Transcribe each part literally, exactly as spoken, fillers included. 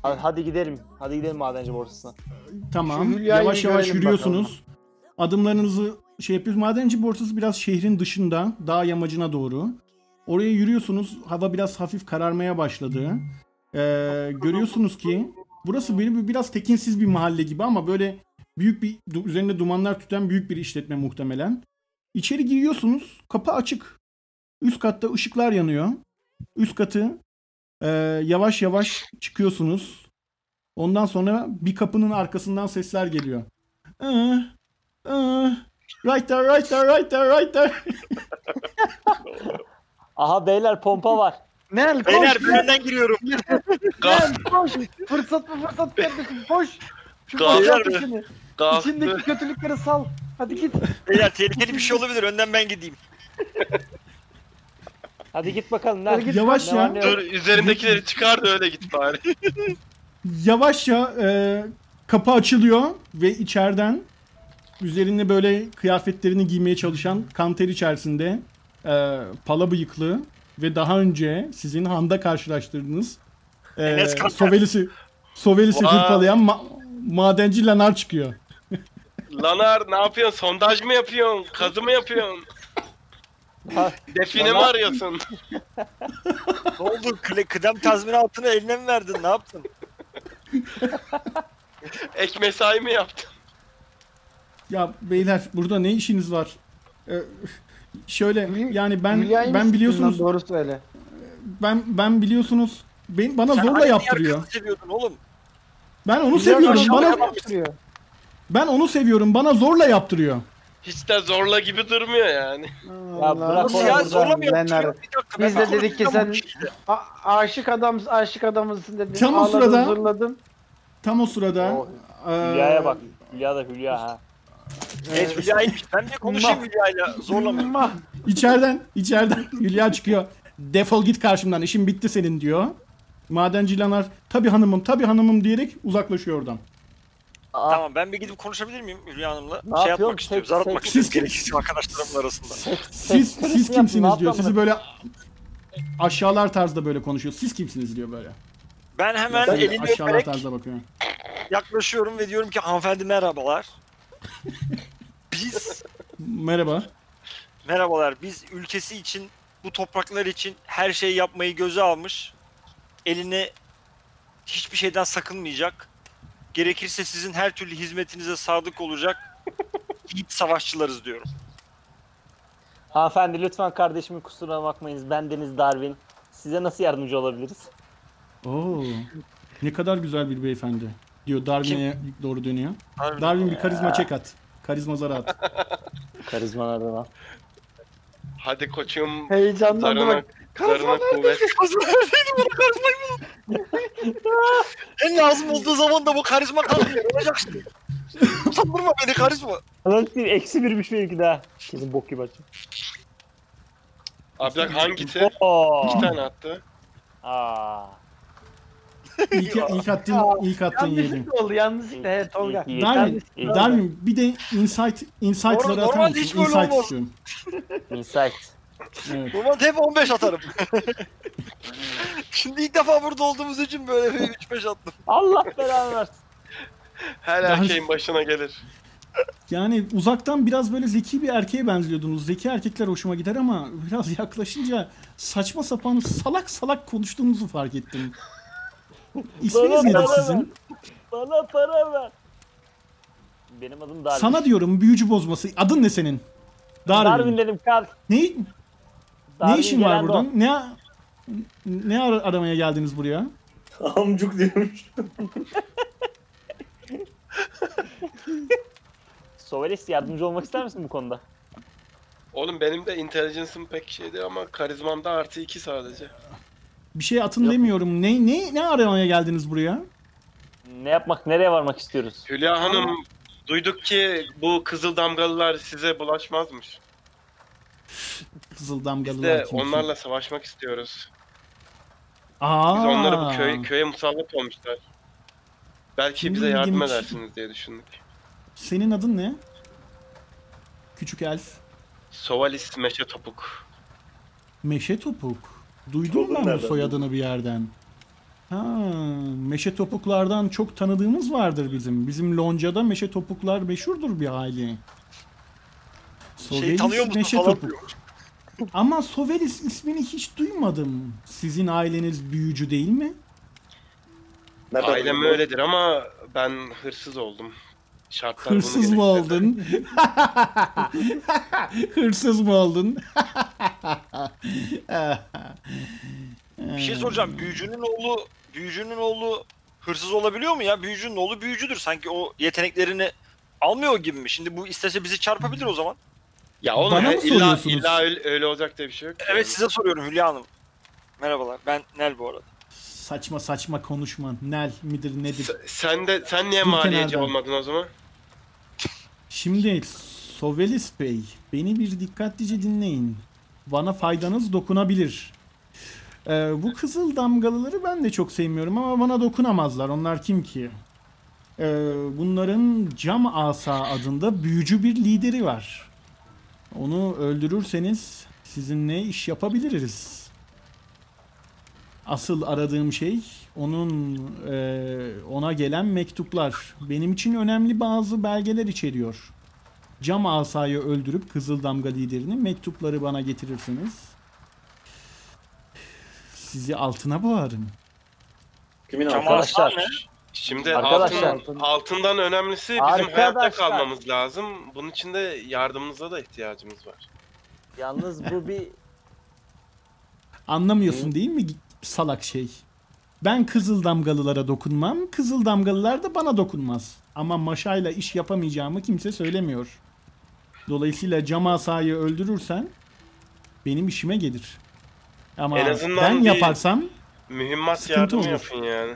Hadi gidelim. Hadi gidelim madenci borsasına. Tamam. Şu Hülya'yı Yavaş yavaş görelim yürüyorsunuz. Adımlarınızı şey yapıyoruz. Madenci borsası biraz şehrin dışında, dağ yamacına doğru. Oraya yürüyorsunuz. Hava biraz hafif kararmaya başladı. Ee, görüyorsunuz ki burası bir, biraz tekinsiz bir mahalle gibi ama böyle büyük bir, üzerinde dumanlar tüten büyük bir işletme muhtemelen. İçeri giriyorsunuz. Kapı açık. Üst katta ışıklar yanıyor. Üst katı e, yavaş yavaş çıkıyorsunuz. Ondan sonra bir kapının arkasından sesler geliyor. Aa, aa, right there, right there, right there, right there. Aha beyler pompa var. Nel koş. Beyler ben önden giriyorum. Nel koş. Fırsat mı fırsat kardeşim koş. Şu Gaflar boşalt mı? içini. Kalktı. İçindeki kötülükleri sal. Hadi git. Beyler tehlikeli bir şey olabilir. Önden ben gideyim. Hadi git bakalım. Hadi Nerede? git. Yavaş Ne var, ya. ne yok? Dur üzerindekileri çıkar da öyle git bari. Yavaşça e, kapı açılıyor ve içeriden üzerine böyle kıyafetlerini giymeye çalışan kanter içerisinde e, pala bıyıklı ve daha önce sizin Han'da karşılaştırdığınız e, Enes Kanter. Sovelisi Sovelisi Vay. hırpalayan ma- madenci Lanar çıkıyor. Lanar ne yapıyorsun? Sondaj mı yapıyorsun? Kazı mı yapıyorsun? Ha, Define mi Lanar- arıyorsun? Ne oldu? Kle- Kıdem tazminatını eline mi verdin? Ne yaptın? Ek mesai mi yaptın? Ya beyler burada ne işiniz var? E, şöyle Hülya- yani ben Hülya'yı mı ben siktin biliyorsunuz lan? Doğru söyle. ben ben biliyorsunuz ben, bana Sen zorla hani diğer yaptırıyor. kızı seviyordun oğlum. Ben onu Hülya seviyorum. aşağı Bana kadar yaptırıyor. ben onu seviyorum. Bana zorla yaptırıyor. Hiç de zorla gibi durmuyor yani. Ya bırak Nasıl onu ya? buradan, Zorla mı Leonard. yaptırıyor? Bir dakika. ben Biz de aklımda dedik ki sen bu şeydi. a- aşık adam aşık adamısın dedin. Tam o Ağladın, sırada- zırladın. Tam o sırada O eee, Hülya'ya bak. Hülya da Hülya ha. Evet Hülya'ymış. Ben de konuşayım Hülya'yla. Zorla mı? Mah. içeriden içeriden Hülya çıkıyor. Defol git karşımdan. İşin bitti senin diyor. Madenci Lanar tabi hanımım tabi hanımım diyerek uzaklaşıyor oradan. Aa, Tamam ben bir gidip konuşabilir miyim Hülya Hanım'la? Ne şey yapıyorsun? yapmak istiyorum. Tek- Zar tek- atmak Siz- istiyorum gerekirse arkadaşlarımın arasında. Siz sektörist siz mi yaptın? Ne kimsiniz diyor. yaptın Sizi bunu? böyle aşağılar tarzda böyle konuşuyor. Siz kimsiniz diyor böyle. Ben hemen Böyle elini aşağılar öperek tarzda bakıyor. yaklaşıyorum ve diyorum ki hanımefendi merhabalar. Biz Merhaba. merhabalar. Biz ülkesi için bu topraklar için her şeyi yapmayı göze almış. Eline hiçbir şeyden sakınmayacak. Gerekirse sizin her türlü hizmetinize sadık olacak. Yiğit savaşçılarız diyorum. Hanımefendi lütfen kardeşimin kusuruna bakmayınız. Ben Deniz Darwin. Size nasıl yardımcı olabiliriz? Oo. Ne kadar güzel bir beyefendi diyor. Darwin'e doğru dönüyor. Harbiden. Darwin bir karizma çek at. Karizma zarı at. Karizma nerede lan? Hadi koçum. Heyecanlandı Zarına, bak. zarına kuvvet. Karizma neredeydi bana karizmayı bulun. En lazım olduğu zaman da bu karizma kalmıyor. Olacaksın. Utandırma beni karizma. Lan değil, eksi birmiş benimki daha. Kesin bok gibi açım. Abi bak hangisi? Oo. İki tane attı. Aa. İlk, ilk attın, ilk attın yedi. Yanlışlıkla oldu yanlışlıkla. He Tolga. İyi, iyi. Darwin, İyi. Darwin bir de insight, insight'ları Normal- atar normalde mısın? hiç böyle Insight olmaz. istiyorum. Insight. Evet. Normalde hep on beş atarım. Şimdi ilk defa burada olduğumuz için böyle bir üç beş attım. Allah belanı versin. Her Ben- erkeğin başına gelir. Yani uzaktan biraz böyle zeki bir erkeğe benziyordunuz. Zeki erkekler hoşuma gider ama biraz yaklaşınca saçma sapan salak salak konuştuğunuzu fark ettim. İsminiz Bana nedir para sizin? Bana para ver. Benim adım Darwin. Sana diyorum büyücü bozması. Adın ne senin? Darwin. Darwin dedim kal. Ne, ne Darwin işin var gelen burada? don. Ne ne ara- aramaya geldiniz buraya? Amcuk diyormuş. Sovelis yardımcı olmak ister misin bu konuda? Oğlum benim de intelligence'ım pek şeydi ama karizmam da artı iki sadece. Bir şey atın Yok. demiyorum. Ne ne ne aramaya geldiniz buraya? Ne yapmak, nereye varmak istiyoruz? Hülya Hanım duyduk ki bu kızıl damgalılar size bulaşmazmış. Kızıl Biz damgalılar de kimsin? onlarla savaşmak istiyoruz. Aa. Biz onları bu köy, köye musallat olmuşlar. Belki Şimdi bize yardım ilginç. edersiniz diye düşündük. Senin adın ne? Küçük elf. Sovalis meşe topuk. Meşe topuk. Duydum Topuk ben bu nereden soyadını bir yerden. Ha, meşe topuklardan çok tanıdığımız vardır bizim. Bizim loncada meşe topuklar meşhurdur bir aile. Şey tanıyor musun meşe falan topuk. diyor. Ama Sovelis ismini hiç duymadım. Sizin aileniz büyücü değil mi? Nereden Ailem buldun? öyledir ama ben hırsız oldum. Şartlar bunu Hırsız mı gerektirdi. oldun? Hırsız mı oldun? Bir şey soracağım. Büyücünün oğlu, büyücünün oğlu hırsız olabiliyor mu ya? Büyücünün oğlu büyücüdür. Sanki o yeteneklerini almıyor gibi mi? Şimdi bu istese bizi çarpabilir o zaman. Ya oğlum Bana he- mı illa, soruyorsunuz? illa öyle, öyle olacak diye bir şey yok. ki. Evet size soruyorum Hülya Hanım. Merhabalar. Ben Nel bu arada. Saçma saçma konuşma. Nel midir nedir? S- Sen de sen niye Dur maliyeci kenardan. olmadın o zaman? Şimdi Sovelis Bey, beni bir dikkatlice dinleyin. Bana faydanız dokunabilir. Ee, bu kızıl damgalıları ben de çok sevmiyorum ama bana dokunamazlar. Onlar kim ki? Ee, bunların Cam Asa adında büyücü bir lideri var. Onu öldürürseniz sizinle iş yapabiliriz. Asıl aradığım şey onun e, ona gelen mektuplar. Benim için önemli bazı belgeler içeriyor. Cam Asa'yı öldürüp Kızıl Damga liderini mektupları bana getirirsiniz. Sizi altına boğarım. Kimin Cam arkadaş? Asa Arkadaşlar. ne? Şimdi Arkadaşlar. altın, altından önemlisi bizim hayatta Arkadaşlar. kalmamız lazım. Bunun için de yardımınıza da ihtiyacımız var. Yalnız bu bir Anlamıyorsun değil mi salak şey? Ben Kızıl Damgalılara dokunmam, Kızıl Damgalılar da bana dokunmaz. Ama maşayla iş yapamayacağımı kimse söylemiyor. Dolayısıyla Cam Asa'yı öldürürsen benim işime gelir. Ama En azından ben bir- yaparsam Mühimmat Sıkıntı yardımı olur. yapın yani.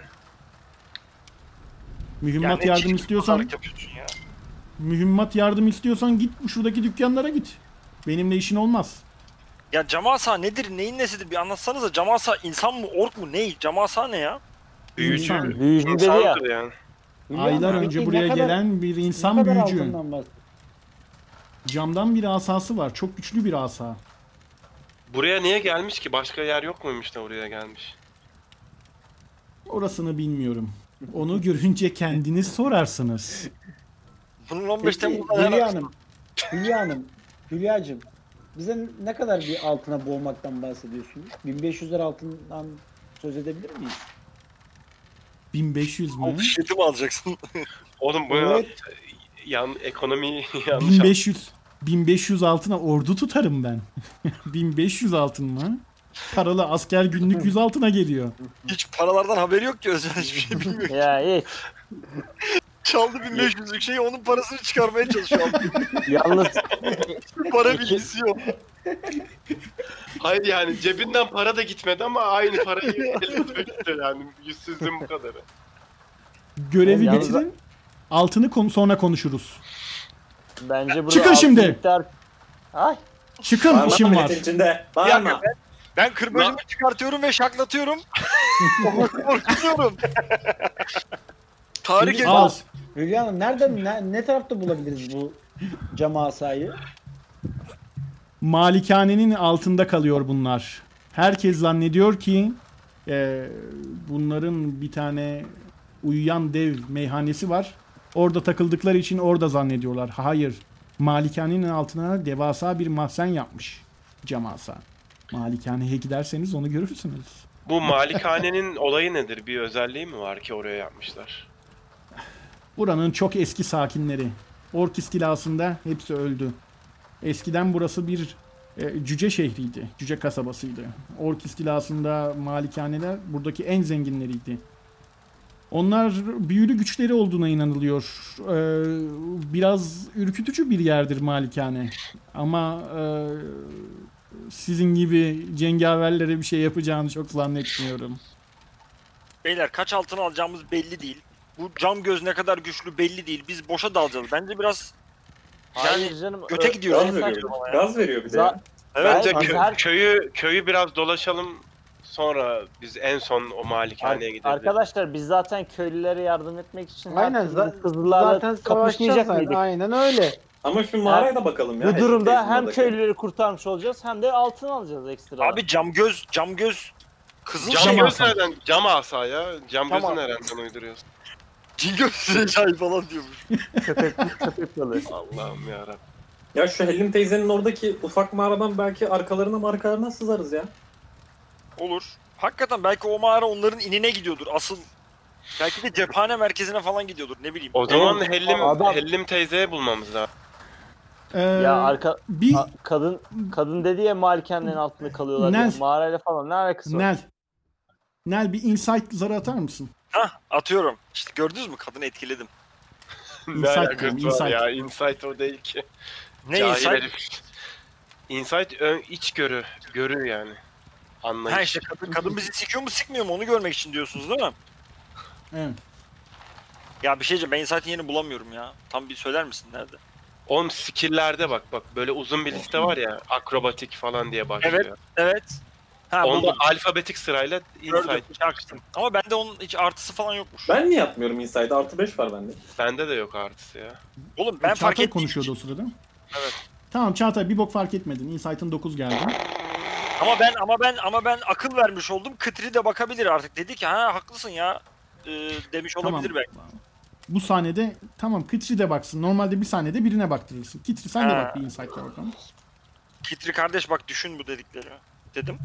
mühimmat Yani yardım çirkin istiyorsan pazarlık yapıyorsun ya. mühimmat yardım istiyorsan git bu şuradaki dükkanlara git. Benimle işin olmaz. Ya Camasa nedir? Neyin nesidir? Bir anlatsanıza. Camasa insan mı? Ork mu? Ne? Camasa ne ya? Büyücü, İnsan. büyücü dedi ya. insandır yani. Hülya Aylar Hanım, önce peki buraya ne kadar- gelen bir ne insan kadar büyücü. altından bahsediyorsun? Camdan bir asası var. Çok güçlü bir asa. Buraya niye gelmiş ki? Başka yer yok muymuş da buraya gelmiş? Orasını bilmiyorum. Onu görünce kendiniz sorarsınız. Bunun on beş Peki Temmuz'da ne Hülya alakası? Hanım, Hülya Hanım, Hülya'cığım bize ne kadar bir altına boğmaktan bahsediyorsunuz? bin beş yüzler altından söz edebilir miyiz? bin beş yüz mü? Şirketi mi alacaksın? Oğlum bu Evet. yan ekonomiyi yanlış bin beş yüz bin beş yüz altına ordu tutarım ben. bin beş yüz altın mı? Paralı asker günlük yüz altına geliyor. Hiç paralardan haberi yok ki Özcan hiçbir şey bilmiyor. Ya hiç. Çaldı bin beş yüzlük şeyi onun parasını çıkarmaya çalışıyor. Yalnız Para bilgisi yok. Hayır yani cebinden para da gitmedi ama aynı parayı elde döktü yani. Yüzsüzlüğün bu kadarı. Görevi Yalnız- bitirin. Altını konu sonra konuşuruz. bence burada Çıkın altı şimdi. miktar- Ay. Çıkın Bağırma işim var. milletin içinde. Bir Bağırma. dakika, ben, ben kırbacımı çıkartıyorum ve şaklatıyorum. Korkuyorum. Tarih Şimdi- Al. Hülya Hanım nereden ne, ne tarafta bulabiliriz bu cam asayı? Malikanenin altında kalıyor bunlar. Herkes zannediyor ki e, bunların bir tane uyuyan dev meyhanesi var. Orada takıldıkları için orada zannediyorlar. Hayır. Malikanenin altına devasa bir mahzen yapmış Camasa. Malikaneye giderseniz onu görürsünüz. Bu malikanenin olayı nedir? Bir özelliği mi var ki oraya yapmışlar? Buranın çok eski sakinleri. Ork istilasında hepsi öldü. Eskiden burası bir e, cüce şehriydi. Cüce kasabasıydı. Ork istilasında malikaneler buradaki en zenginleriydi. Onlar büyülü güçleri olduğuna inanılıyor. Ee, biraz ürkütücü bir yerdir malikane. Ama e, sizin gibi cengaverlere bir şey yapacağını çok zannetmiyorum. Beyler kaç altın alacağımız belli değil. Bu cam göz ne kadar güçlü belli değil. Biz boşa dalacağız. Bence biraz Hayır canım. göte ö- gidiyoruz. Gaz öyle veriyor. saçma ya. Gaz veriyor bir de. Za- Evet. Bence Ben- kö- her- köyü köyü biraz dolaşalım. Sonra biz en son o malikaneye Ar- gideriz. Arkadaşlar biz zaten köylülere yardım etmek için her Aynen türlü za- kızlarla zaten kapışmayacak savaşacağız zaten. mıydık? Aynen öyle. Ama şu mağaraya da bakalım ya. Bu durumda hem Education'daki. köylüleri kurtarmış olacağız hem de altın alacağız ekstra. Abi cam göz, cam göz Kızıl Cam şey Cam göz asa. nereden? Cam asa ya. Cam gözü Tamam. nereden uyduruyorsun? Cingöz Recai falan diyormuş. Köpek, köpek balığı. Allah'ım yarabbim. Ya şu Hellim teyzenin oradaki ufak mağaradan belki arkalarına markalarına sızarız ya. Olur. Hakikaten belki o mağara onların inine gidiyordur. Asıl belki de cephane merkezine falan gidiyordur. Ne bileyim. O zaman Oğlum, Hellim, adam- Hellim teyzeye bulmamız lazım. Ee, Ya arka bir a- kadın kadın dedi ya malikanenin altında kalıyorlar Nel. diye. Mağarayla falan ne alakası var? Nel. Nel bir insight zarı atar mısın? Hah atıyorum. İşte gördünüz mü? Kadını etkiledim. Ne Insight alakası diyorum, var insight. ya? Insight o değil ki. Ne Cahil insan? herif. Insight ön, iç görü. Görü yani. Anlayış. Ha işte kadın, kadın bizi sikiyor mu sikmiyor mu onu görmek için diyorsunuz değil mi? Evet. Ya bir şey diyeceğim ben Insight'in yerini bulamıyorum ya. Tam bir söyler misin nerede? On skill'lerde bak bak böyle uzun bir liste var ya. Akrobatik falan diye başlıyor. Evet. Ha Onda buldum. alfabetik sırayla Gördüm. Insight. Hiç açtım. Ama bende onun hiç artısı falan yokmuş. Ben niye yapmıyorum Inside? Artı beş var bende. Bende de yok artısı ya. Oğlum ben fark Çağatay ettim. konuşuyordu o sırada. Evet. Tamam Çağatay bir bok fark etmedin. Insight'ın dokuz geldi. Ama ben ama ben ama ben akıl vermiş oldum. Kıtri de bakabilir artık. Dedi ki ha haklısın ya. Ee, demiş olabilir belki. Bu sahnede tamam Kitri de baksın. Normalde bir sahnede birine baktırırsın. Kitri sen de Ha. bak bir Insight'la bakalım. Kitri kardeş bak düşün bu dedikleri. Dedim.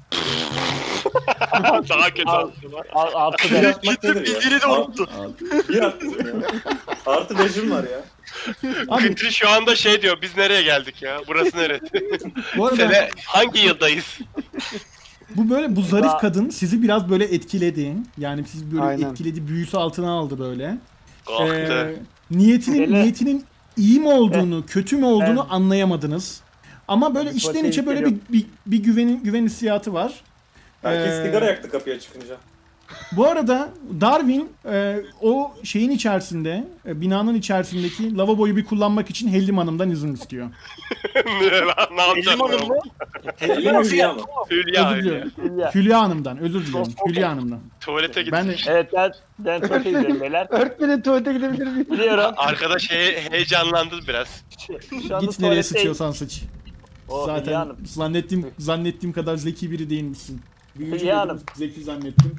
Daha kötü Al. aslında. Al- Altı Bir der. atmak nedir ya? Bildiğini de Al- unuttu. Bir attım ya. Artı beşim var ya. Abi Kıtri şu anda şey diyor, biz nereye geldik ya? Burası neresi? bu arada Sene hangi yıldayız? bu böyle bu zarif Daha- kadın sizi biraz böyle etkiledi. Yani sizi böyle Aynen. etkiledi, büyüsü altına aldı böyle. Kalktı. Ee, niyetinin Hele- niyetinin iyi mi olduğunu, kötü mü olduğunu Ben- anlayamadınız. Ama böyle Ben içten Fatih'i içe böyle bir, bir, bir güven, güven hissiyatı var. Herkes Ee, sigara yaktı kapıya çıkınca. Bu arada Darwin e, o şeyin içerisinde, e, binanın içerisindeki lavaboyu bir kullanmak için Hellim Hanım'dan izin istiyor. ne lan? Ne yapacağız? Ellim Hanım mı? Hellim mi Hülya mı? Hülya. Özür Hülya. diliyorum. Ya. Hülya Hanım'dan, özür diliyorum. Okey. Hülya Hanım'dan. Tuvalete gitti. Ben de Evet ben ben çok iyi gidiyorum beyler. Öğretmenin tuvalete gidebilir miyim? Biliyorum. Arkadaş he heyecanlandı biraz. Şu anda git nereye tuvaletteyim. sıçıyorsan sıç. O Hülya Zaten Hanım. zannettiğim zannettiğim kadar zeki biri değilmişsin. Büyücü Hülya dedim, Hanım. zeki zannettim.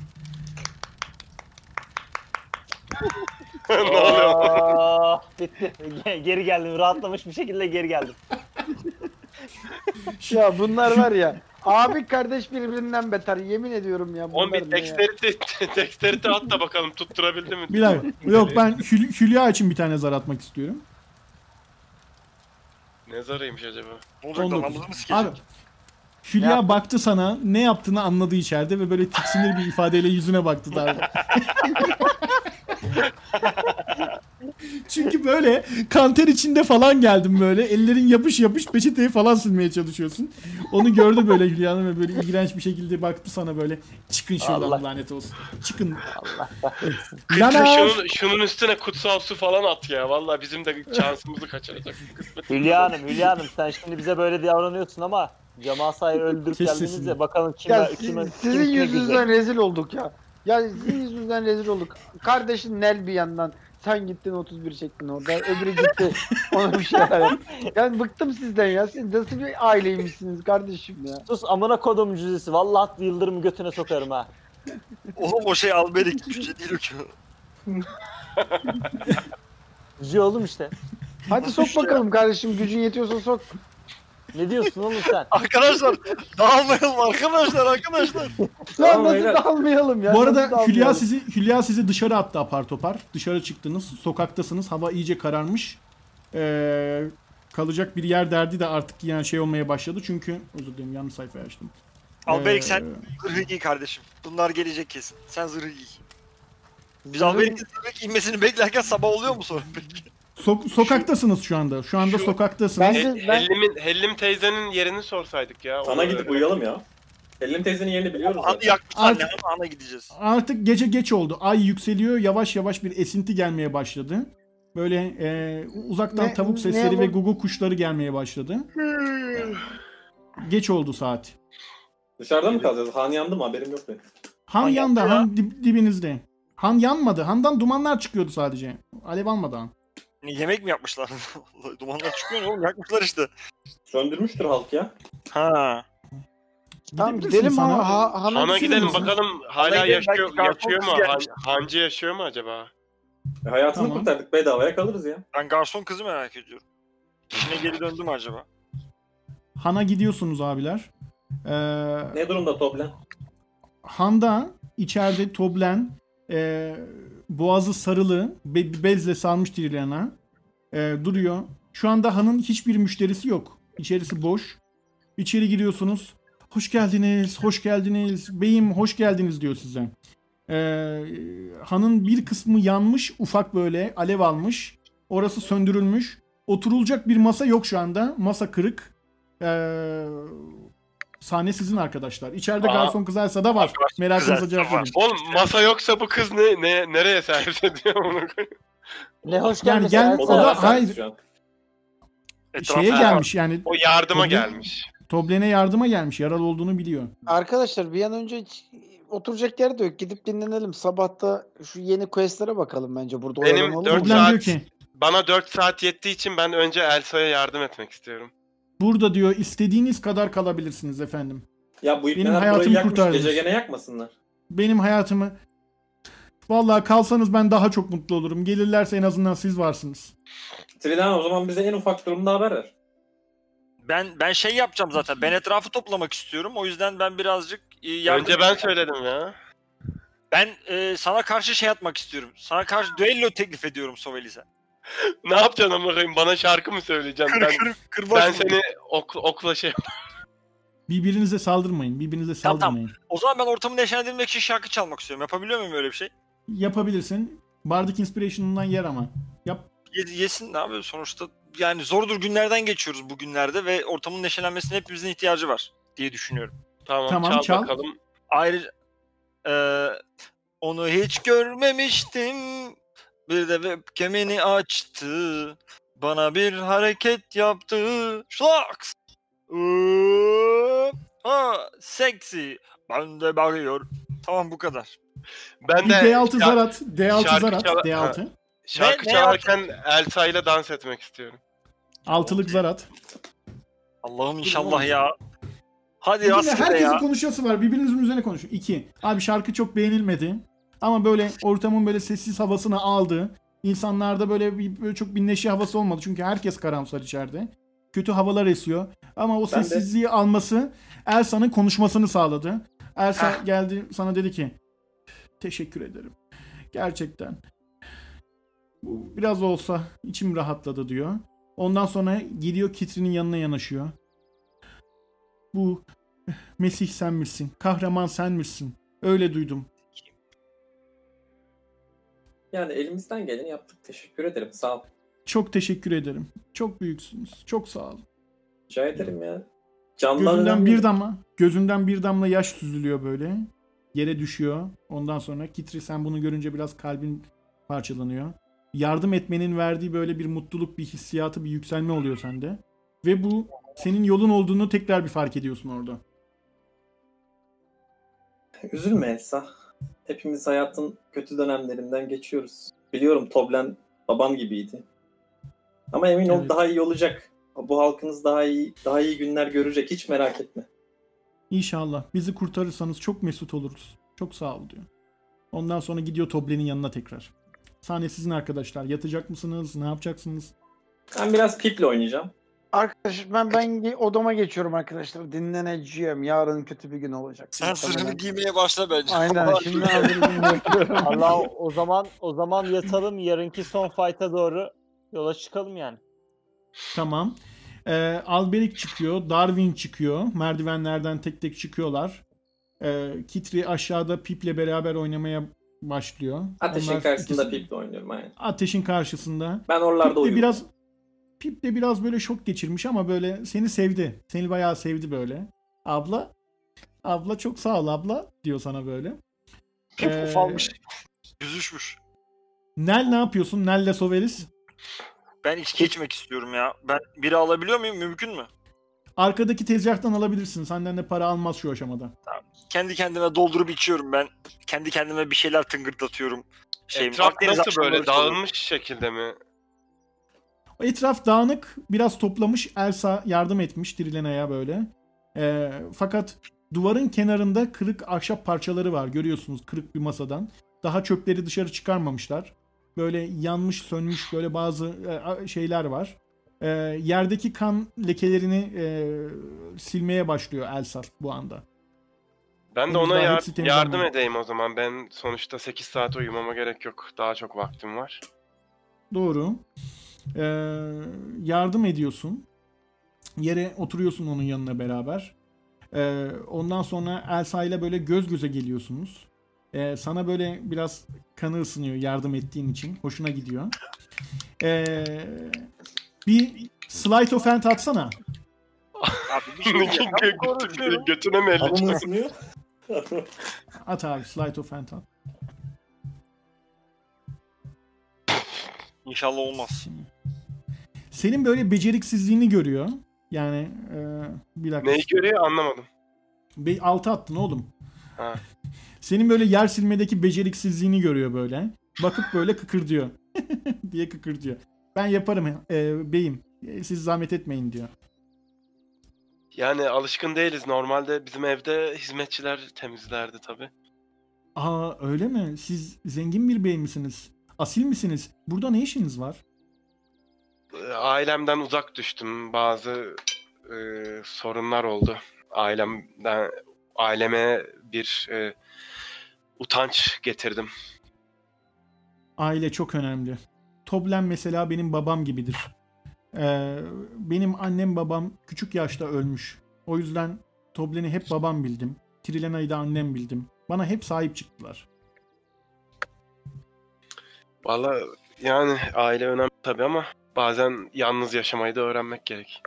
Ne oluyor? Aa, bitti. Ge- Geri geldim. Rahatlamış bir şekilde geri geldim. Ya bunlar var ya. Abi kardeş birbirinden beter yemin ediyorum ya. On Bunlar bir ne ya? dexterity, dexterity at da bakalım tutturabildi mi? Bir dakika. Yok ben Hül- Hülya için bir tane zar atmak istiyorum. Ne zarıymış acaba? Ne olacak on lan dokuz. namazı mı sikecek? Abi Hülya yaptın? baktı sana, ne yaptığını anladı içeride ve böyle tiksinir bir ifadeyle yüzüne baktı Darwin. Çünkü böyle kanter içinde falan geldim böyle. Ellerin yapış yapış peçeteyi falan silmeye çalışıyorsun. Onu gördü böyle Hülya Hanım ve böyle iğrenç bir şekilde baktı sana böyle. Çıkın şuradan Allah. lanet olsun. Çıkın. Allah. Kıtri Lana! şunun, şunun üstüne kutsal su falan at ya. Vallahi bizim de şansımızı kaçıracak. Kısmet. Hülya Hanım, Hülya Hanım sen şimdi bize böyle davranıyorsun ama Camasa'yı öldürüp Kes geldiniz sesini. ya bakalım kime Ya kime siz, kim sizin kime yüzünüzden güzel. rezil olduk ya. Ya sizin yüzünüzden rezil olduk. Kardeşin Nel bir yandan. Sen gittin otuz bir çektin orada. Öbürü gitti. Ona bir şeyler yap. Yani bıktım sizden ya. Siz nasıl bir aileymişsiniz kardeşim ya. Sus amına kodum cüzesi. Vallahi yıldırım götüne sokarım ha. Oğlum o şey Alberik Türkçe değil o ki. Cüce oğlum işte. Hadi sok bakalım kardeşim. Gücün yetiyorsa sok. Ne diyorsun oğlum sen? Arkadaşlar dağılmayalım arkadaşlar arkadaşlar. Lan Tamam, nasıl beyler. dağılmayalım ya? Bu nasıl arada dağılmayalım? Hülya sizi Hülya sizi dışarı attı apar topar. Dışarı çıktınız. Sokaktasınız. Hava iyice kararmış. Ee, kalacak bir yer derdi de artık yani şey olmaya başladı. Çünkü özür dilerim yanlış sayfayı açtım. Alberik Ee, sen zırhı giy kardeşim. Bunlar gelecek kesin. Sen zırhı giy. Biz Zırhı- Alberik'in zırhı giyinmesini beklerken sabah oluyor mu sonra peki? Sok- sokaktasınız şu anda. Şu anda Şu- sokaktasınız. Ben- He- Hellim'in, Hellim teyzenin yerini sorsaydık ya. Ana Onu gidip böyle- uyuyalım ya. Hellim teyzenin yerini biliyoruz Anı zaten. yakmışlar Artık- ne ama ana gideceğiz. Artık gece geç oldu. Ay yükseliyor. Yavaş yavaş bir esinti gelmeye başladı. Böyle e, uzaktan Ne- tavuk ne sesleri bu? ve gugu kuşları gelmeye başladı. Geç oldu saat. Dışarıda mı kalacağız? Han yandı mı? Haberim yok benim. Han Han yandı. yandı ya. Han dib- dibinizde. Han yanmadı. Handan dumanlar çıkıyordu sadece. Alev almadı han. Ne, yemek mi yapmışlar? Vallahi dumanlar çıkıyor ne oğlum yakmışlar işte. Söndürmüştür halk ya. Ha. Tamam Gidebilirsiniz gidelim Han'a. ama ha, Han'a Han'a gidelim gidelim. bakalım hala gidelim, yaşıyor, belki yaşıyor mu? garson kız gelmiş. Han- Hancı yaşıyor mu acaba? E, hayatını Tamam. kurtardık, bedavaya kalırız ya. Ben garson kızı merak ediyorum. İşine geri döndü mü acaba? Han'a gidiyorsunuz abiler. Ee, Ne durumda Toblen? Han'da içeride Toblen e, boğazı sarılı be- bezle sarmış Tirilyana e, duruyor. Şu anda Han'ın hiçbir müşterisi yok. İçerisi boş. İçeri giriyorsunuz. Hoş geldiniz, hoş geldiniz. Beyim hoş geldiniz diyor size. Ee, Han'ın bir kısmı yanmış, ufak böyle alev almış. Orası söndürülmüş. Oturulacak bir masa yok şu anda. Masa kırık. Ee, sahne sizin arkadaşlar. İçeride Aa. garson kız Elsa da var. Merakınıza cevap var. verin. Oğlum masa yoksa bu kız ne, ne nereye servis ediyor onu? Ne hoş Yani geldin. gel- Elsa. O da- Odalar hayır. servis şu an. Etrafta Şeye var. gelmiş yani. O yardıma Tabii. gelmiş. Toblen'e yardıma gelmiş. Yaralı olduğunu biliyor. Arkadaşlar bir an önce hiç oturacak yer de yok. Gidip dinlenelim. Sabahta şu yeni questlere bakalım bence burada. Benim oyalanalım. dört Toblen saat- diyor ki Bana dört saat yettiği için ben önce Elsa'ya yardım etmek istiyorum. burada diyor istediğiniz kadar kalabilirsiniz efendim. Ya bu Benim ipneler burayı hayatımı yakmış, kurtardınız. gece gene yakmasınlar. Benim hayatımı vallahi kalsanız ben daha çok mutlu olurum. Gelirlerse en azından siz varsınız. Tridana o zaman bize en ufak durumda haber ver. Ben ben şey yapacağım zaten. Ben etrafı toplamak istiyorum. O yüzden ben birazcık e, yardım Önce ben söyledim ya. Ben e, sana karşı şey atmak istiyorum. Sana karşı düello teklif ediyorum Sovelis'e. Ne yapacaksın amına koyayım? Bana şarkı mı söyleyeceksin? Kır Ben, kır kırbaç ben mı? seni ok, okla şey Birbirinize saldırmayın. Birbirinize Tamam, saldırmayın. O zaman ben ortamı neşelendirmek için şarkı çalmak istiyorum. Yapabiliyor muyum öyle bir şey? Yapabilirsin. Bardic Inspiration'ından yer ama. Yap. Ye- yesin abi sonuçta. Yani zordur günlerden geçiyoruz bu günlerde ve ortamın neşelenmesine hepimizin ihtiyacı var diye düşünüyorum. Tamam, Tamam, çal, çal. bakalım. Ayrıca e, onu hiç görmemiştim. Bir de webcam'ini açtı. Bana bir hareket yaptı. Şlaks. Iıı, Ha, seksi. Ben de bakıyor. Tamam bu kadar. Ben Bir de D altı şar- zarat. D altı şarkı zarat. çala- D altı. şarkı Ne- ne çalarken Elsa ile dans etmek istiyorum. Altılık zarat. Allah'ım inşallah ya. Hadi Yine rastgele herkesin ya. konuşması var. Birbirinizin üzerine konuşun. İki. Abi şarkı çok beğenilmedi. Ama böyle ortamın böyle sessiz havasını aldı. İnsanlarda böyle, bir, böyle çok bir neşe havası olmadı. Çünkü herkes karamsar içeride. Kötü havalar esiyor. Ama o Ben de- sessizliği alması Elsa'nın konuşmasını sağladı. Elsa Heh. geldi sana dedi ki teşekkür ederim. Gerçekten. Bu biraz olsa içim rahatladı diyor. Ondan sonra gidiyor Kitri'nin yanına yanaşıyor. Bu Mesih sen misin? Kahraman sen misin? Öyle duydum. Yani elimizden geleni yaptık. Teşekkür ederim. Sağ ol. Çok teşekkür ederim. Çok büyüksünüz. Çok sağ olun. Rica ederim ya. Canlar Gözünden önemli. bir damla, gözünden bir damla yaş süzülüyor böyle. Yere düşüyor. Ondan sonra Kitri sen bunu görünce biraz kalbin parçalanıyor. Yardım etmenin verdiği böyle bir mutluluk, bir hissiyatı, bir yükselme oluyor sende. Ve bu senin yolun olduğunu tekrar bir fark ediyorsun orada. Üzülme Elsa. Hepimiz hayatın kötü dönemlerinden geçiyoruz. Biliyorum Toblen baban gibiydi. Ama emin ol Evet. daha iyi olacak. Bu halkınız daha iyi daha iyi günler görecek. Hiç merak etme. İnşallah. Bizi kurtarırsanız çok mesut oluruz. Çok sağ ol diyor. Ondan sonra gidiyor Toblen'in yanına tekrar. Sahne sizin arkadaşlar. Yatacak mısınız? Ne yapacaksınız? Ben biraz Pip'le oynayacağım. Arkadaşlar ben ben ge- odama geçiyorum arkadaşlar. Dinleneceğim. Yarın kötü bir gün olacak. Sen sırrını Muhtemelen. giymeye başla bence. Aynen. Şimdi hazırlığımı yapıyorum. Allah o zaman o zaman yatalım, yarınki son fight'a doğru yola çıkalım yani. Tamam. Ee, Alberic çıkıyor. Darwin çıkıyor. Merdivenlerden tek tek çıkıyorlar. Ee, Kitri aşağıda Pip'le beraber oynamaya başlıyor. Ateşin Onlar karşısında ikisi- Pip'le oynuyorum aynen. Ateşin karşısında. Ben oralarda Pip de uyuyorum. biraz Pip de biraz böyle şok geçirmiş ama böyle seni sevdi. Seni bayağı sevdi böyle. Abla, abla çok sağ ol abla diyor sana böyle. Pip Ee, ufalmış. Yüzüşmüş. Nel ne yapıyorsun? Nel'le Sovelis. Ben içki içmek istiyorum ya. Ben biri alabiliyor muyum? Mümkün mü? Arkadaki tezgahtan alabilirsin. Senden de para almaz şu aşamada. Kendi kendime doldurup içiyorum ben. Kendi kendime bir şeyler tıngırdatıyorum. Şey, Etraf Akdeniz nasıl akşamları böyle çalıyorum. dağılmış şekilde mi? Etraf dağınık, biraz toplamış. Elsa yardım etmiş Trilena'ya böyle. Ee, fakat Duvarın kenarında kırık ahşap parçaları var. Görüyorsunuz kırık bir masadan. Daha çöpleri dışarı çıkarmamışlar. Böyle yanmış, sönmüş böyle bazı e, şeyler var. E, yerdeki kan lekelerini e, silmeye başlıyor Elsa bu anda. Ben de Henüz ona daha yar- hepsi temizlenmedi. yardım edeyim o zaman. Ben sonuçta sekiz saat uyumama gerek yok. Daha çok vaktim var. Doğru. E, yardım ediyorsun. Yere oturuyorsun onun yanına beraber. E, ondan sonra Elsa ile böyle göz göze geliyorsunuz. E, sana böyle biraz kanı ısınıyor yardım ettiğin için. Hoşuna gidiyor. E, bir Sleight of Hand atsana. Abi bir şey diyeceğim. Ben konuşuyorum. Götüne mi Hava elli mı ısınıyor? At abi Sleight of Hand at. İnşallah olmaz. Senin böyle beceriksizliğini görüyor. Yani e, bir dakika. Neyi görüyor anlamadım. Be- altı attın oğlum. Ha. Senin böyle yer silmedeki beceriksizliğini görüyor böyle. Bakıp böyle kıkırdıyor. diye kıkırdıyor. Ben yaparım e, beyim. E, siz zahmet etmeyin diyor. Yani alışkın değiliz. Normalde bizim evde hizmetçiler temizlerdi tabii. Aa öyle mi? Siz zengin bir bey misiniz? Asil misiniz? Burada ne işiniz var? Ee, Ailemden uzak düştüm. Bazı e, sorunlar oldu. Ailemden aileme bir e, utanç getirdim. Aile çok önemli. Toblen mesela benim babam gibidir. Ee, benim annem babam küçük yaşta ölmüş. O yüzden Toblen'i hep babam bildim. Trilena'yı da annem bildim. Bana hep sahip çıktılar. Vallahi yani aile önemli tabii ama bazen yalnız yaşamayı da öğrenmek gerek.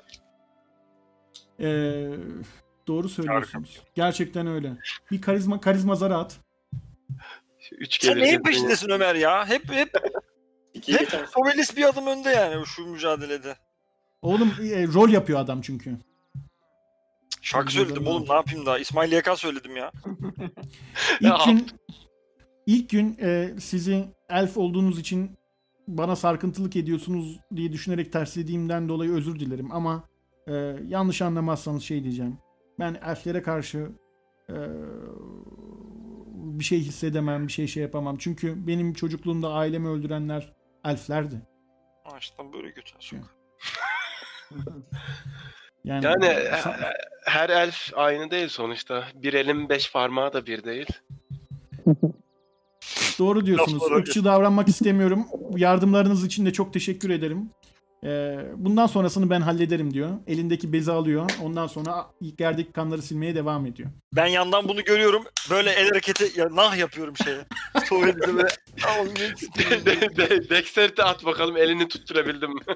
Ee, doğru söylüyorsunuz. Gerçekten öyle. Bir karizma karizma zarı at. Üç Sen gelir. neyin kesin. peşindesin Ömer ya? Hep hep İkiye hep geçen. Sobelis bir adım önde yani şu mücadelede. Oğlum e, rol yapıyor adam çünkü. Şarkı söyledim oğlum ne yapayım daha? İsmail Y K söyledim ya. İlk gün ilk gün e, sizi elf olduğunuz için bana sarkıntılık ediyorsunuz diye düşünerek terslediğimden dolayı özür dilerim ama e, yanlış anlamazsanız şey diyeceğim. Ben elflere karşı e, bir şey hissedemem, bir şey şey yapamam. Çünkü benim çocukluğumda ailemi öldürenler elflerdi. Ha işte böyle götür sok. Yani, Yani sa- he- her elf aynı değil sonuçta. Bir elin beş parmağı da bir değil. doğru diyorsunuz. Laflara Irkçı davranmak istemiyorum. Yardımlarınız için de çok teşekkür ederim. Ee, bundan sonrasını ben hallederim diyor. Elindeki bezi alıyor. Ondan sonra ilk yerdeki kanları silmeye devam ediyor. Ben yandan bunu görüyorum. Böyle el hareketi ya, nah yapıyorum şeye. Sobelis'e böyle. De, de, de, Dexterity at bakalım elini tutturabildim mi?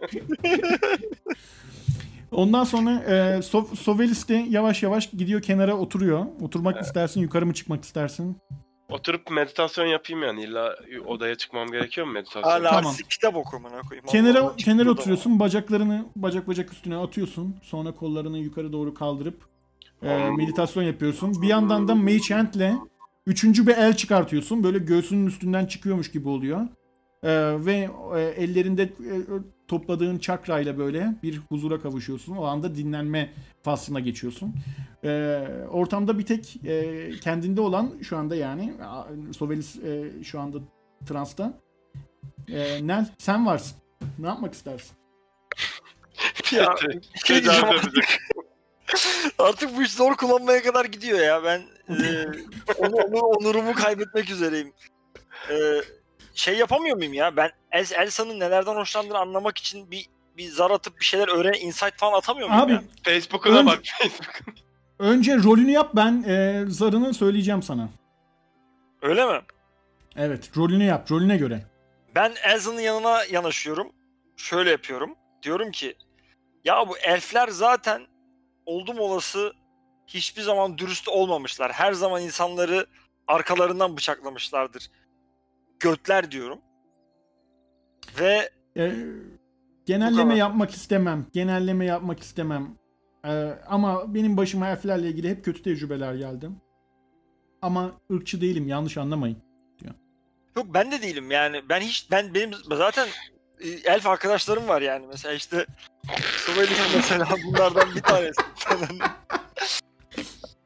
Ondan sonra e, so- Sovelis de yavaş yavaş gidiyor kenara oturuyor. Oturmak istersin, yukarı mı çıkmak istersin? Oturup meditasyon yapayım yani illa odaya çıkmam gerekiyor mu meditasyon? Hala Tamam. artistik kitap okumana koyayım. Kenara Allah Allah, kenara çıkıyor da oturuyorsun. Bacaklarını bacak bacak üstüne atıyorsun. Sonra kollarını yukarı doğru kaldırıp e, meditasyon yapıyorsun. Bir yandan da Mage Hand'le üçüncü bir el çıkartıyorsun. Böyle göğsünün üstünden çıkıyormuş gibi oluyor. E, ve e, ellerinde e, topladığın çakrayla böyle bir huzura kavuşuyorsun. O anda dinlenme faslına geçiyorsun. E, ortamda bir tek e, kendinde olan şu anda yani Sovelis e, şu anda transta. E, Nel sen varsın. Ne yapmak istersin? Ya, şey Tecavüz diyeceğim, edecek. artık bu iş zor kullanmaya kadar gidiyor ya. Ben e, onu, onu, onurumu kaybetmek üzereyim. E, şey yapamıyor muyum ya? Ben El- Elsa'nın nelerden hoşlandığını anlamak için bir bir zar atıp bir şeyler öğren, insight falan atamıyor muyum Abi ya? Facebook'una Önce- bak Facebook. önce rolünü yap, ben e, zarını söyleyeceğim sana. Öyle mi? Evet, rolünü yap, rolüne göre. Ben Elsa'nın yanına yanaşıyorum. Şöyle yapıyorum. Diyorum ki ya bu elfler zaten oldum olası hiçbir zaman dürüst olmamışlar. Her zaman insanları arkalarından bıçaklamışlardır. Götler diyorum. Ve E, Bu genelleme kadar. yapmak istemem. Genelleme yapmak istemem. E, ama benim başıma elflerle ilgili hep kötü tecrübeler geldi. Ama ırkçı değilim, yanlış anlamayın. yok ben de değilim yani. Ben hiç ben benim zaten e, elf arkadaşlarım var yani. Mesela işte Sovelis mesela bunlardan bir tanesi.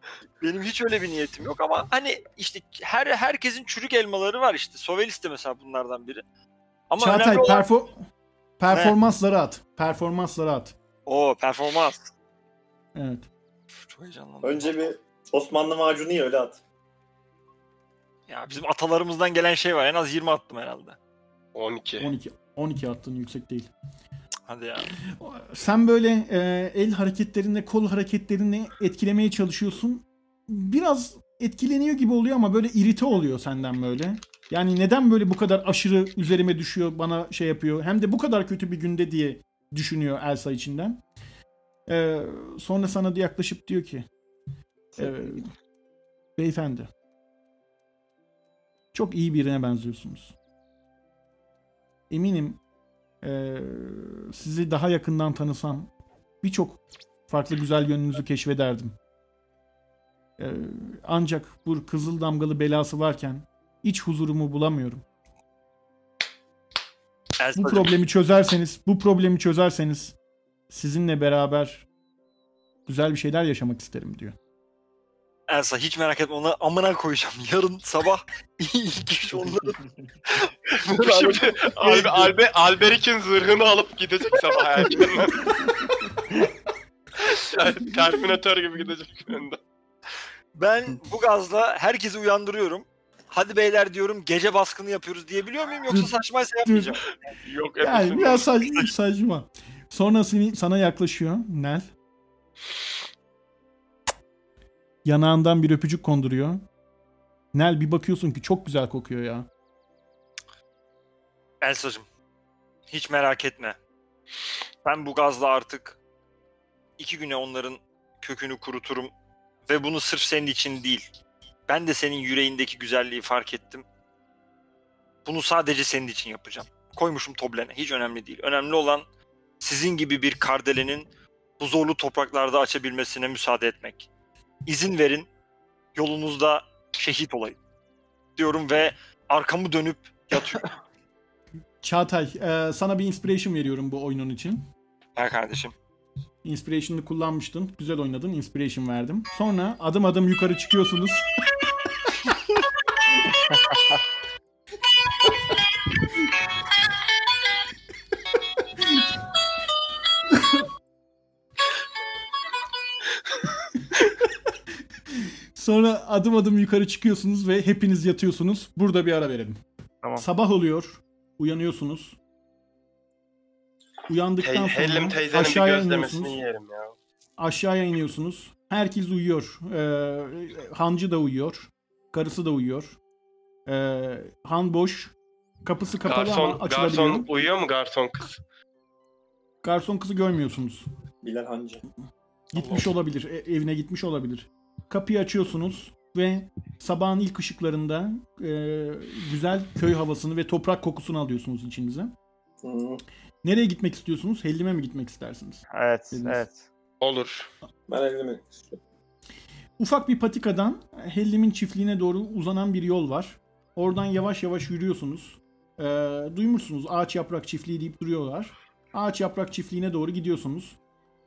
Benim hiç öyle bir niyetim yok ama hani işte her herkesin çürük elmaları var işte. Sovelis de mesela bunlardan biri. Ama Çağatay önemli olan... perfo performansları at. Performansları at. Oo, performans. Evet. Uf, çok heyecanlandım. Önce bir Osmanlı macunu ye öyle at. Ya bizim atalarımızdan gelen şey var. En az yirmi attım herhalde. on iki. on iki on iki attın, yüksek değil. Hadi ya. Sen böyle e, el hareketlerinde, kol hareketlerini etkilemeye çalışıyorsun. Biraz etkileniyor gibi oluyor ama böyle irite oluyor senden böyle. Yani neden böyle bu kadar aşırı üzerime düşüyor, bana şey yapıyor. Hem de bu kadar kötü bir günde diye düşünüyor Elsa içinden. E, sonra sana da yaklaşıp diyor ki e, beyefendi, çok iyi birine benziyorsunuz. Eminim Ee, sizi daha yakından tanısam birçok farklı güzel yönünüzü keşfederdim. Ee, ancak bu kızıl damgalı belası varken iç huzurumu bulamıyorum. Bu Elsa'cığım, problemi çözerseniz, bu problemi çözerseniz sizinle beraber güzel bir şeyler yaşamak isterim diyor. Elsa hiç merak etme, ona amına koyacağım. Yarın sabah ilk iş onların. Bu şimdi Albe, Albe, Alberik'in zırhını alıp gidecek sabah erkenden. Yani Terminator gibi gidecek önden. Ben bu gazla herkesi uyandırıyorum. Hadi beyler diyorum, gece baskını yapıyoruz diyebiliyor muyum, yoksa saçmaysa yapmayacağım. Yok Yani hepsini. biraz saçma, saçma. Sonra seni, sana yaklaşıyor Nel. Yanağından bir öpücük konduruyor. Nel, bir bakıyorsun ki çok güzel kokuyor ya. Elsa'cığım, hiç merak etme. Ben bu gazla artık iki güne onların kökünü kuruturum. Ve bunu sırf senin için değil. Ben de senin yüreğindeki güzelliği fark ettim. Bunu sadece senin için yapacağım. Koymuşum Toblen'e. Hiç önemli değil. Önemli olan sizin gibi bir kardelenin bu zorlu topraklarda açabilmesine müsaade etmek. İzin verin, yolunuzda şehit olayım diyorum ve arkamı dönüp yatıyorum. Çağatay, e, sana bir inspiration veriyorum bu oyunun için. Ha kardeşim. Inspiration'ı kullanmıştın. Güzel oynadın. Inspiration verdim. Sonra adım adım yukarı çıkıyorsunuz. Sonra adım adım yukarı çıkıyorsunuz ve hepiniz yatıyorsunuz. Burada bir ara verelim. Tamam. Sabah oluyor. Uyanıyorsunuz. Uyandıktan Hey, sonra Hellim teyzenin bir aşağıya gözlemesini iniyorsunuz. yerim ya. Aşağıya iniyorsunuz. Herkes uyuyor. Ee, Hancı da uyuyor. Karısı da uyuyor. Ee, Han boş. Kapısı kapalı Garson, ama açılabiliyor. garson uyuyor mu garson kız? Garson kızı görmüyorsunuz. Bilal Hancı. Gitmiş olabilir. e- evine gitmiş olabilir. Kapıyı açıyorsunuz ve sabahın ilk ışıklarında e, güzel köy havasını ve toprak kokusunu alıyorsunuz içinize. Hı, Nereye gitmek istiyorsunuz? Hellim'e mi gitmek istersiniz? Evet, Dediniz. evet. Olur. ben ellemek istiyorum. Ufak bir patikadan Hellim'in çiftliğine doğru uzanan bir yol var. Oradan yavaş yavaş yürüyorsunuz. Ee, duymuşsunuz, ağaç yaprak çiftliği deyip duruyorlar. Ağaç yaprak çiftliğine doğru gidiyorsunuz.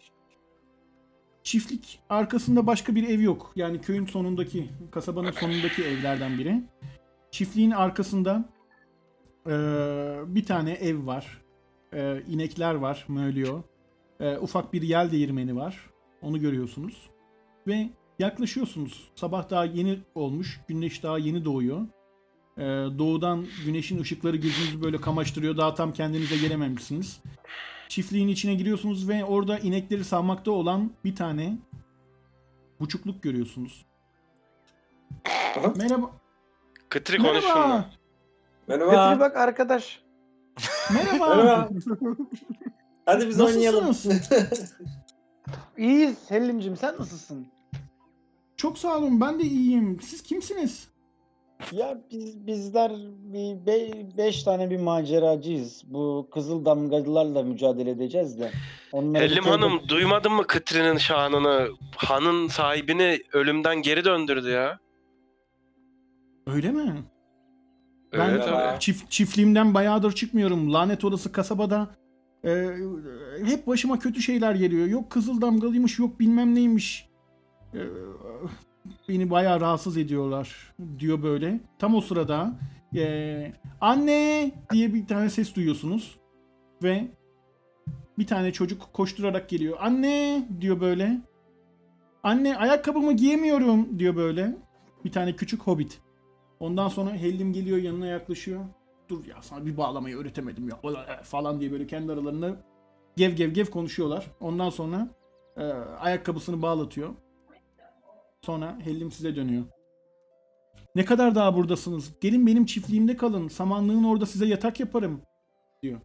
Çiftlik arkasında başka bir ev yok. Yani köyün sonundaki, kasabanın sonundaki evlerden biri. Çiftliğin arkasında ee, bir tane ev var. Ee, inekler var, mölüyor. Ee, ufak bir yel değirmeni var. Onu görüyorsunuz. Ve yaklaşıyorsunuz. Sabah daha yeni olmuş. Güneş daha yeni doğuyor. Ee, doğudan güneşin ışıkları gözünüzü böyle kamaştırıyor. Daha tam kendinize gelememişsiniz. Çiftliğin içine giriyorsunuz ve orada inekleri sağmakta olan bir tane buçukluk görüyorsunuz. Aha. Merhaba. Kıtri konuşsun Merhaba. mu? Merhaba. Getir bak arkadaş. Merhaba. Merhaba. Hadi biz oynayalım. Nasılsınız? İyiyiz Hellimcim, sen nasılsın? Çok sağ olun. Ben de iyiyim. Siz kimsiniz? Ya biz bizler bir be- beş tane bir maceracıyız. Bu kızıl damgalılarla mücadele edeceğiz de. Onları Hellim bu köyde- Hanım duymadın mı Kıtri'nin şanını? Hanın sahibini ölümden geri döndürdü ya. Öyle mi? Ben Evet Merhaba. abi. çift, çiftliğimden bayağıdır çıkmıyorum. Lanet olası kasabada e, hep başıma kötü şeyler geliyor. Yok kızıl damgalıymış, yok bilmem neymiş. E, beni bayağı rahatsız ediyorlar diyor böyle. Tam o sırada eee, anne diye bir tane ses duyuyorsunuz ve bir tane çocuk koşturarak geliyor. Anne diyor böyle. Anne ayakkabımı giyemiyorum diyor böyle. Bir tane küçük hobbit. Ondan sonra Hellim geliyor yanına yaklaşıyor. Dur ya sana bir bağlamayı öğretemedim ya falan diye böyle kendi aralarında gev gev gev konuşuyorlar. Ondan sonra e, ayakkabısını bağlatıyor. Sonra Hellim size dönüyor. Ne kadar daha buradasınız? Gelin benim çiftliğimde kalın. Samanlığın orada size yatak yaparım diyor.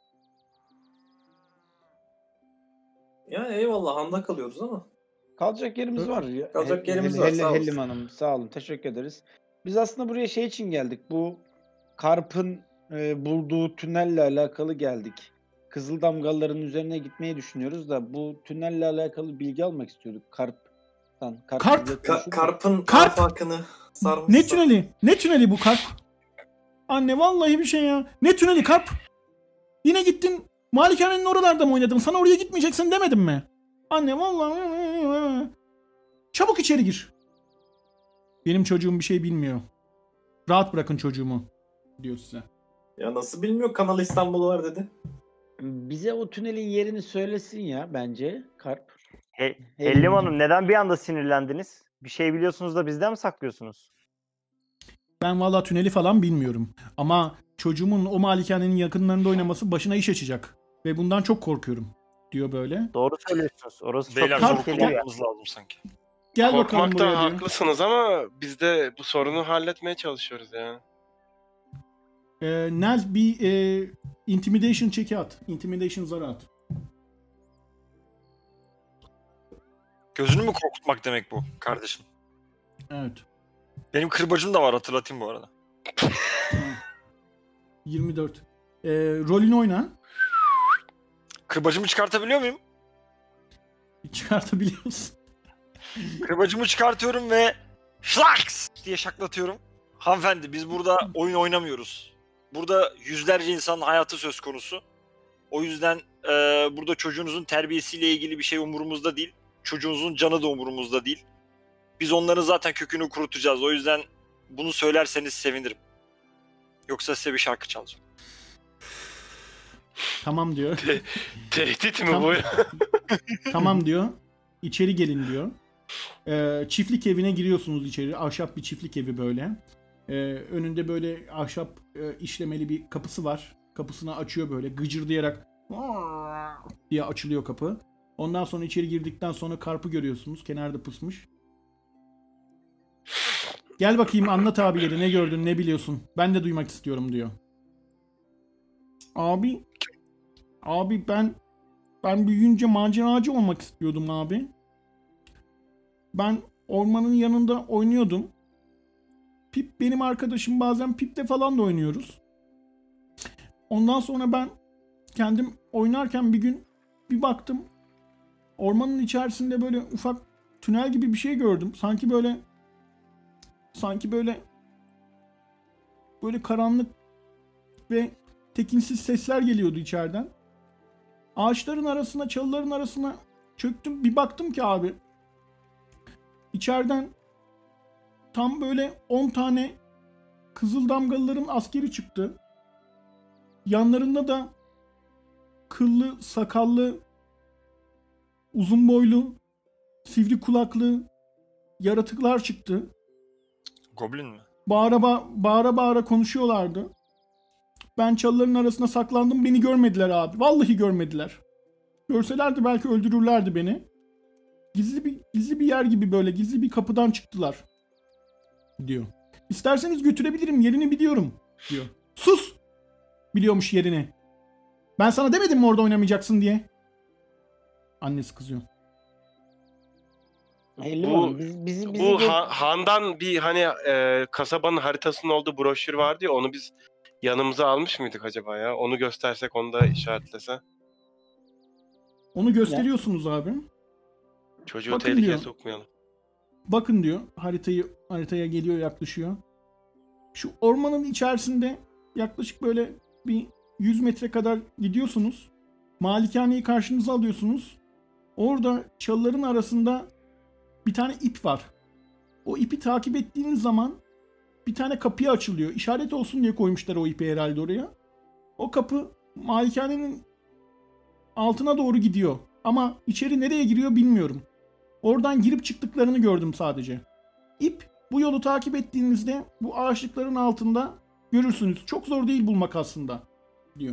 Ya eyvallah handa kalıyoruz ama. Kalacak yerimiz var. ya. Kalacak Hel- yerimiz Hel- var, Hel- sağ Hellim olsun. Hanım sağ olun. Teşekkür ederiz. Biz aslında buraya şey için geldik. Bu Karp'ın e, bulduğu tünelle alakalı geldik. Kızıldamgalıların üzerine gitmeyi düşünüyoruz da bu tünelle alakalı bilgi almak istiyorduk Karp'tan. Karp, Karp! bizle Ka- konuşur mu? karpın Karp! afakını sarmışsa. Ne tüneli? Ne tüneli bu Karp? Anne vallahi bir şey ya. Ne tüneli Karp? Yine gittin malikanenin oralarda mı oynadın? Sana oraya gitmeyeceksin demedim mi? Anne vallahi. Çabuk içeri gir. Benim çocuğum bir şey bilmiyor. Rahat bırakın çocuğumu diyor size. Ya nasıl bilmiyor, Kanal İstanbul var dedi. Bize o tünelin yerini söylesin ya bence Karp. He, Hellim Hellim Hanım neden bir anda sinirlendiniz? Bir şey biliyorsunuz da bizden mi saklıyorsunuz? Ben vallahi tüneli falan bilmiyorum. Ama çocuğumun o malikanenin yakınlarında oynaması başına iş açacak. Ve bundan çok korkuyorum diyor böyle. Doğru söylüyorsunuz. Orası çok Beyler Karp- zor tehlikeli bir yer. kullanmamız lazım sanki. Gel bakalım Korkmakta buraya diyor. haklısınız ama biz de bu sorunu halletmeye çalışıyoruz yani. Ee, Nel bir e, intimidation check'i at. Intimidation zarı at. Gözünü mü korkutmak demek bu kardeşim? Evet. Benim kırbacım da var, hatırlatayım bu arada. yirmi dört. Ee, rolünü oyna. Kırbacımı çıkartabiliyor muyum? Çıkartabiliyorsun. Kırbacımı çıkartıyorum ve şlaks diye şaklatıyorum. Hanımefendi biz burada oyun oynamıyoruz. Burada yüzlerce insanın hayatı söz konusu. O yüzden e, burada çocuğunuzun terbiyesiyle ilgili bir şey umurumuzda değil. Çocuğunuzun canı da umurumuzda değil. Biz onların zaten kökünü kurutacağız. O yüzden bunu söylerseniz sevinirim. Yoksa size bir şarkı çalacağım. Tamam diyor. Te- tehdit mi Tamam. bu? Tamam diyor. İçeri gelin diyor. Ee, çiftlik evine giriyorsunuz içeri. Ahşap bir çiftlik evi böyle. Ee, önünde böyle ahşap e, işlemeli bir kapısı var. Kapısını açıyor böyle gıcırdayarak diye açılıyor kapı. Ondan sonra içeri girdikten sonra Karp'ı görüyorsunuz. Kenarda pısmış. Gel bakayım anlat abileri ne gördün ne biliyorsun. Ben de duymak istiyorum diyor. Abi abi ben ben büyüyünce maceracı olmak istiyordum abi. Ben ormanın yanında oynuyordum. Pip benim arkadaşım, bazen Pip'le falan da oynuyoruz. Ondan sonra ben kendim oynarken bir gün bir baktım. Ormanın içerisinde böyle ufak tünel gibi bir şey gördüm. Sanki böyle sanki böyle böyle karanlık ve tekinsiz sesler geliyordu içeriden. Ağaçların arasına, çalıların arasına çöktüm. Bir baktım ki abi İçeriden tam böyle on tane Kızıldamgalıların askeri çıktı. Yanlarında da kıllı, sakallı, uzun boylu, sivri kulaklı yaratıklar çıktı. Goblin mi? Bağıra, ba- bağıra bağıra konuşuyorlardı. Ben çalıların arasına saklandım. Beni görmediler abi. Vallahi görmediler. Görselerdi belki öldürürlerdi beni. Gizli bir gizli bir yer gibi böyle gizli bir kapıdan çıktılar diyor. İsterseniz götürebilirim, yerini biliyorum diyor. Sus! Biliyormuş yerini. Ben sana demedim mi orada oynamayacaksın diye? Annesi kızıyor. Hellim Bu- Hanım biz, bizi, bizi Bu gö- ha- Han'dan bir hani e, kasabanın haritasının olduğu broşür vardı ya, onu biz yanımıza almış mıydık acaba ya? Onu göstersek, onu da işaretlese. Onu gösteriyorsunuz abi. Çocuğu Bakın tehlikeye diyor. sokmayalım. Bakın diyor. Haritayı haritaya geliyor, yaklaşıyor. Şu ormanın içerisinde yaklaşık böyle bir yüz metre kadar gidiyorsunuz. Malikaneyi karşınıza alıyorsunuz. Orada çalıların arasında bir tane ip var. O ipi takip ettiğiniz zaman bir tane kapıya açılıyor. İşaret olsun diye koymuşlar o ipi herhalde oraya. O kapı malikanenin altına doğru gidiyor. Ama içeri nereye giriyor bilmiyorum. Oradan girip çıktıklarını gördüm sadece. İp, bu yolu takip ettiğinizde bu ağaçlıkların altında görürsünüz. Çok zor değil bulmak aslında diyor.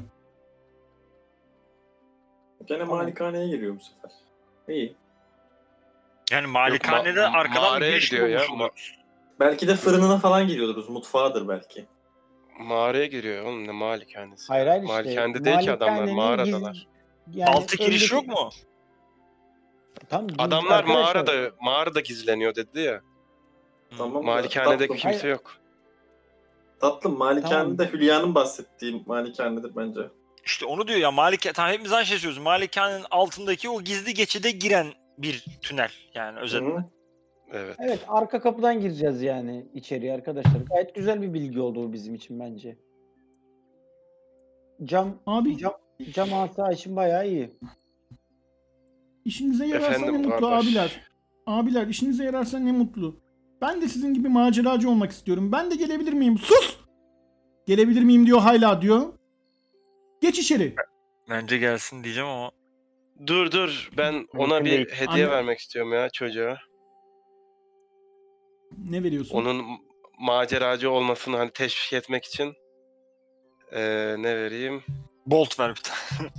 Gene malikaneye giriyor bu sefer. İyi. Yani malikanede Yok, ma- arkadan mağaraya bir gidiyor ya. bulmuş oluruz. Belki de fırınına falan giriyordur. Mutfağıdır belki. Mağaraya giriyor oğlum, ne malikanesi. Hayır hayır işte. Malikanede değil ki adamlar, malikanenin mağaradalar. giz- yani Altı giriş öndeki- yok mu? Tam giz- Adamlar arkadaşlar, mağarada mağarada gizleniyor dedi ya. Tamam. da Malikanede tatlım. kimse Hayır. yok. Tatlım malikanede Tamam. Hülya'nın bahsettiği malikanedir bence. İşte onu diyor ya, Malik, tamam hepimiz aynı şey söylüyoruz. Malikanenin altındaki o gizli geçide giren bir tünel yani özetle. Hı. Evet. Evet, arka kapıdan gireceğiz yani içeriye arkadaşlar. Gayet güzel bir bilgi oldu bu bizim için bence. Cam Abi cam cam asa için bayağı iyi. işinize yararsa Efendim ne mutlu kardeş. abiler. Abiler işinize yararsa ne mutlu. Ben de sizin gibi maceracı olmak istiyorum. Ben de gelebilir miyim? Sus! Gelebilir miyim diyor hala diyor. Geç içeri. Bence gelsin diyeceğim ama. Dur dur, ben ona Mümkün bir değil. hediye Anne- vermek istiyorum ya çocuğa. Ne veriyorsun? Onun maceracı olmasını hani teşvik etmek için. Ee, ne vereyim? Bolt ver bir tane.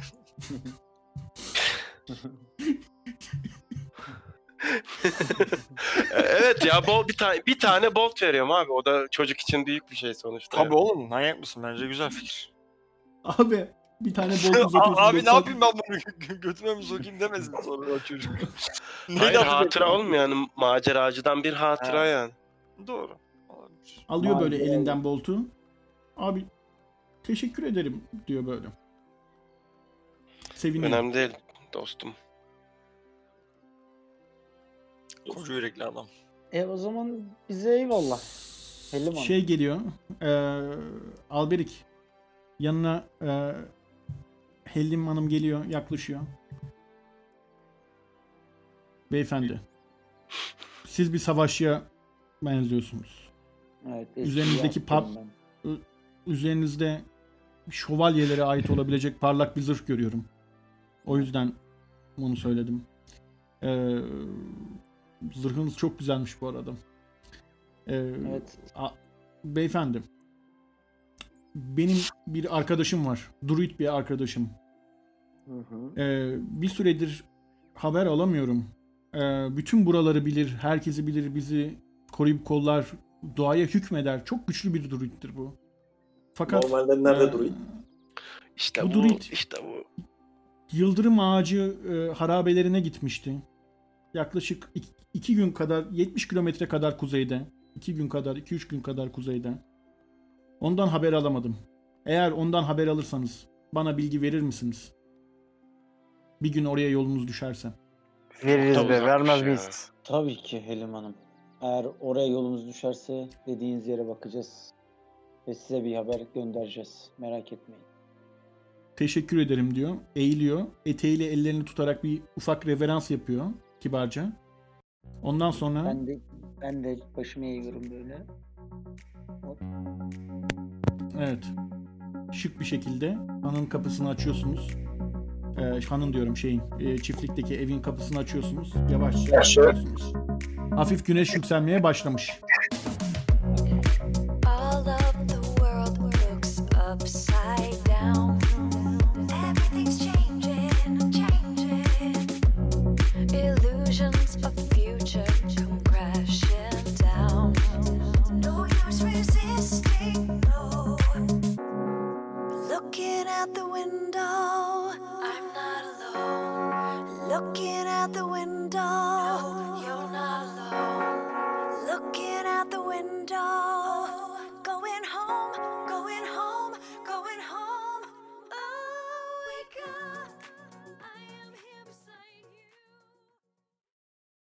Evet ya, bol bir tane bir tane bolt veriyorum abi. O da çocuk için büyük bir şey sonuçta. Tabii oğlum, manyak mısın? Bence güzel fikir. Abi bir tane bolt uzatıyorsun. Abi ne doksan yapayım ben bunu? Götüme mi sokayım demesin sonra o çocuk. Hayır, Neydi hatıra oğlum yani, maceracıdan bir hatıra Ha. yani. Doğru. Olabilir. Alıyor böyle Mavi elinden boltu. Abi teşekkür ederim diyor böyle. Seviniyor. Önemli değil dostum. Koca yürekli adam. E o zaman bize eyvallah. Hellim Hanım. Şey geliyor. Eee Alberik. Yanına eee Hellim Hanım geliyor. Yaklaşıyor. Beyefendi. Siz bir savaşçıya benziyorsunuz. Evet, eski üzerinizdeki bir pap- aktörüm ben. Üzerinizde şövalyelere ait olabilecek parlak bir zırh görüyorum. O yüzden bunu söyledim. Eee zırhınız çok güzelmiş bu arada. Eee, Evet. a- beyefendi. Benim bir arkadaşım var. Druid bir arkadaşım. Hı hı. Ee, bir süredir haber alamıyorum. Ee, bütün buraları bilir, herkesi bilir, bizi koruyup kollar, doğaya hükmeder. Çok güçlü bir druiddir bu. Fakat Normalde nerede e, durayım? İşte Bu bu, druid- işte bu. Yıldırım Ağacı e, harabelerine gitmişti. Yaklaşık iki, iki gün kadar, yetmiş kilometre kadar kuzeyde. iki gün kadar, iki üç gün kadar kuzeyde. Ondan haber alamadım. Eğer ondan haber alırsanız bana bilgi verir misiniz? Bir gün oraya yolunuz düşerse. Veririz Çok da be, uzakmış vermez ya. miyiz? Tabii ki Hellim Hanım. Eğer oraya yolumuz düşerse dediğiniz yere bakacağız. Ve size bir haber göndereceğiz. Merak etmeyin. Teşekkür ederim diyor. Eğiliyor. Eteğiyle ellerini tutarak bir ufak reverans yapıyor kibarca. Ondan sonra Ben de ben de başımı eğiyorum böyle. evet, şık bir şekilde hanın kapısını açıyorsunuz. Ee, hanın diyorum şeyin e, çiftlikteki evin kapısını açıyorsunuz. Yavaşça açıyorsunuz. Hafif güneş yükselmeye başlamış. All of the world looks upside down. Everything's changing, changing. Illusions of future come crashing down. No use resisting, no. Looking out the window, I'm not alone. Looking out the window,